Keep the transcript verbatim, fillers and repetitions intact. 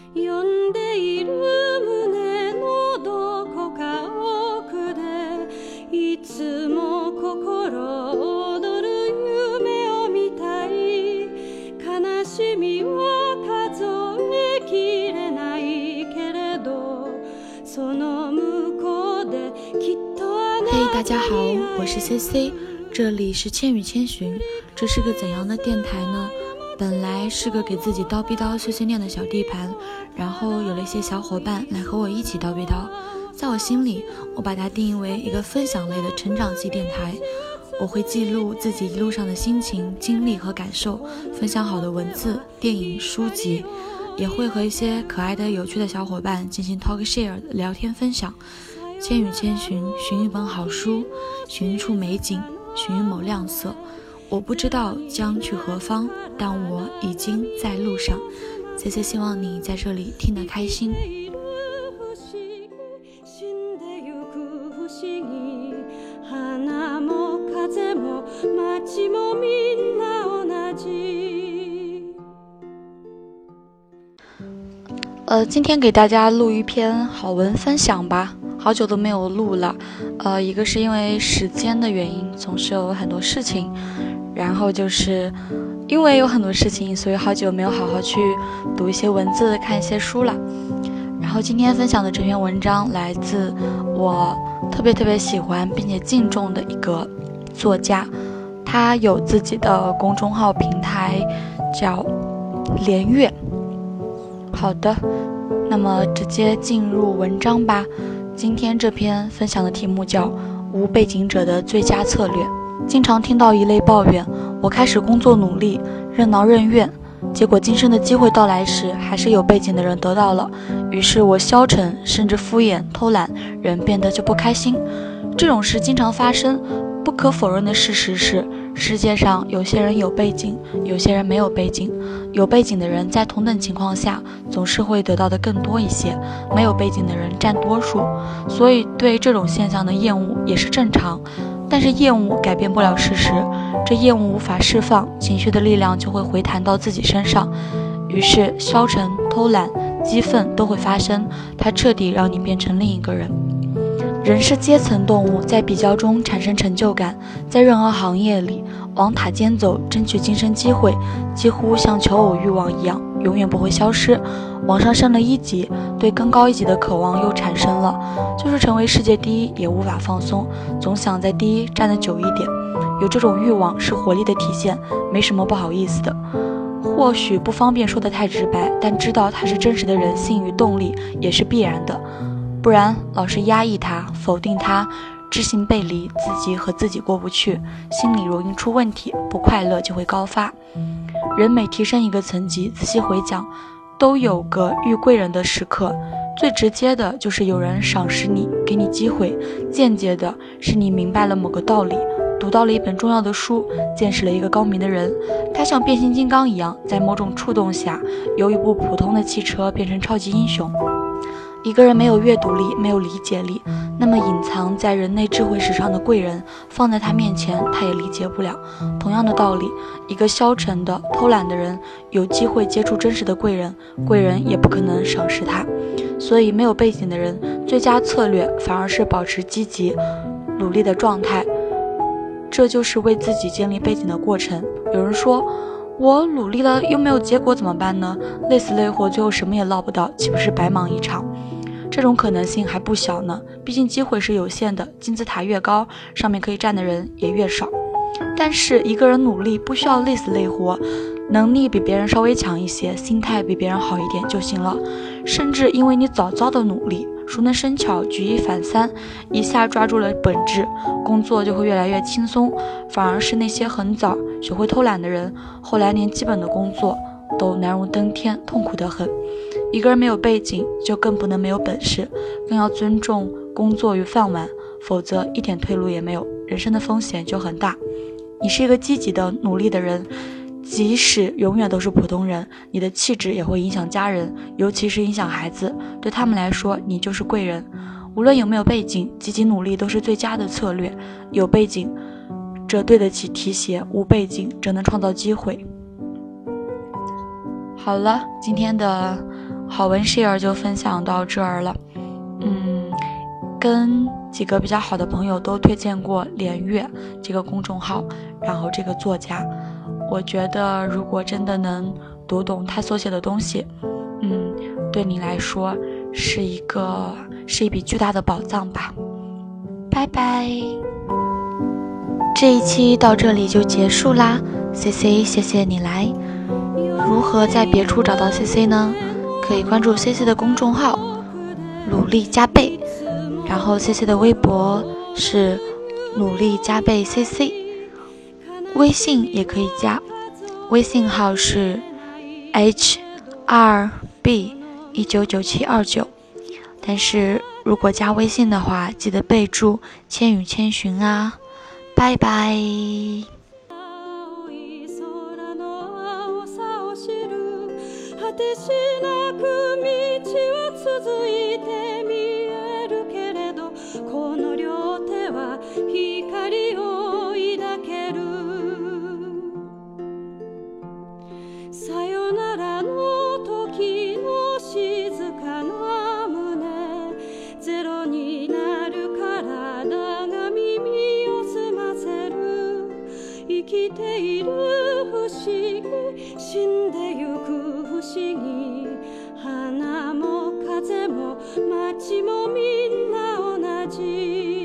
読んでいる胸のどこか奥でいつも心躍る夢を見たい悲しみは数えきれないけれどその向こうできっとあなたに嘿，大家好，我是 C C， 这里是千与千寻。这是个怎样的电台呢？本来是个给自己叨逼叨碎碎念的小地盘，然后有了一些小伙伴来和我一起叨逼叨。在我心里，我把它定义为一个分享类的成长系电台。我会记录自己一路上的心情、经历和感受，分享好的文字、电影、书籍，也会和一些可爱的、有趣的小伙伴进行 talk share 的聊天分享。千与千寻，寻一本好书，寻一处美景，寻一抹亮色。我不知道将去何方，但我已經在路上。C C 希望你在這裡聽得開心。呃，今天给大家录一篇好文分享吧。好久都没有录了，呃，一个是因为时间的原因，总是有很多事情，然后就是因为有很多事情，所以好久没有好好去读一些文字、看一些书了。然后今天分享的这篇文章来自我特别特别喜欢并且敬重的一个作家，他有自己的公众号平台叫连月。好的，那么直接进入文章吧。今天这篇分享的题目叫无背景者的最佳策略。经常听到一类抱怨，我开始工作努力，任劳任怨，结果晋升的机会到来时，还是有背景的人得到了，于是我消沉，甚至敷衍偷懒，人变得就不开心。这种事经常发生，不可否认的事实是，世界上有些人有背景，有些人没有背景。有背景的人在同等情况下总是会得到的更多一些，没有背景的人占多数，所以对这种现象的厌恶也是正常。但是厌恶改变不了事实，这厌恶无法释放，情绪的力量就会回弹到自己身上，于是消沉、偷懒、激愤都会发生，它彻底让你变成另一个人。人是阶层动物，在比较中产生成就感，在任何行业里往塔尖走，争取晋升机会，几乎像求偶欲望一样，永远不会消失。往上升了一级，对更高一级的渴望又产生了，就是成为世界第一也无法放松，总想在第一站得久一点。有这种欲望是活力的体现，没什么不好意思的。或许不方便说得太直白，但知道它是真实的人性与动力也是必然的。不然老是压抑它，否定它，知行背离，自己和自己过不去，心里容易出问题，不快乐就会高发。人每提升一个层级，仔细回想，都有个遇贵人的时刻。最直接的就是有人赏识你，给你机会；间接的是你明白了某个道理，读到了一本重要的书，见识了一个高明的人。他像变形金刚一样，在某种触动下，由一部普通的汽车变成超级英雄。一个人没有阅读力，没有理解力，那么隐藏在人类智慧史上的贵人放在他面前，他也理解不了。同样的道理，一个消沉的偷懒的人有机会接触真实的贵人，贵人也不可能赏识他。所以没有背景的人，最佳策略反而是保持积极努力的状态，这就是为自己建立背景的过程。有人说，我努力了又没有结果怎么办呢？累死累活，最后什么也捞不到，岂不是白忙一场？这种可能性还不小呢，毕竟机会是有限的，金字塔越高，上面可以站的人也越少。但是一个人努力不需要累死累活，能力比别人稍微强一些，心态比别人好一点就行了。甚至因为你早早的努力，熟能生巧，举一反三，一下抓住了本质，工作就会越来越轻松。反而是那些很早学会偷懒的人，后来连基本的工作都难如登天，痛苦得很。一个人没有背景，就更不能没有本事，更要尊重工作与饭碗，否则一点退路也没有，人生的风险就很大。你是一个积极的努力的人，即使永远都是普通人，你的气质也会影响家人，尤其是影响孩子，对他们来说你就是贵人。无论有没有背景，积极努力都是最佳的策略。有背景者对得起提携，无背景者能创造机会。好了，今天的好文 share 就分享到这儿了。嗯，跟几个比较好的朋友都推荐过连月这个公众号，然后这个作家，我觉得如果真的能读懂他所写的东西，嗯，对你来说是一个是一笔巨大的宝藏吧。拜拜，这一期到这里就结束啦。 C C 谢谢你来。如何在别处找到 C C 呢？可以关注 C C 的公众号努力加倍，然后 C C 的微博是努力加倍 C C， 微信也可以加，微信号是 H 二 B 一九九七二九，但是如果加微信的话，记得备注千与千寻啊。拜拜。 果てしなく道は続いて見えるけれど、この両手は光を抱ける。さよならの時の静かな胸、ゼロになる体が耳を澄ませる。生きている不思議、死んでゆく不思議、花も風も街もみんな同じ。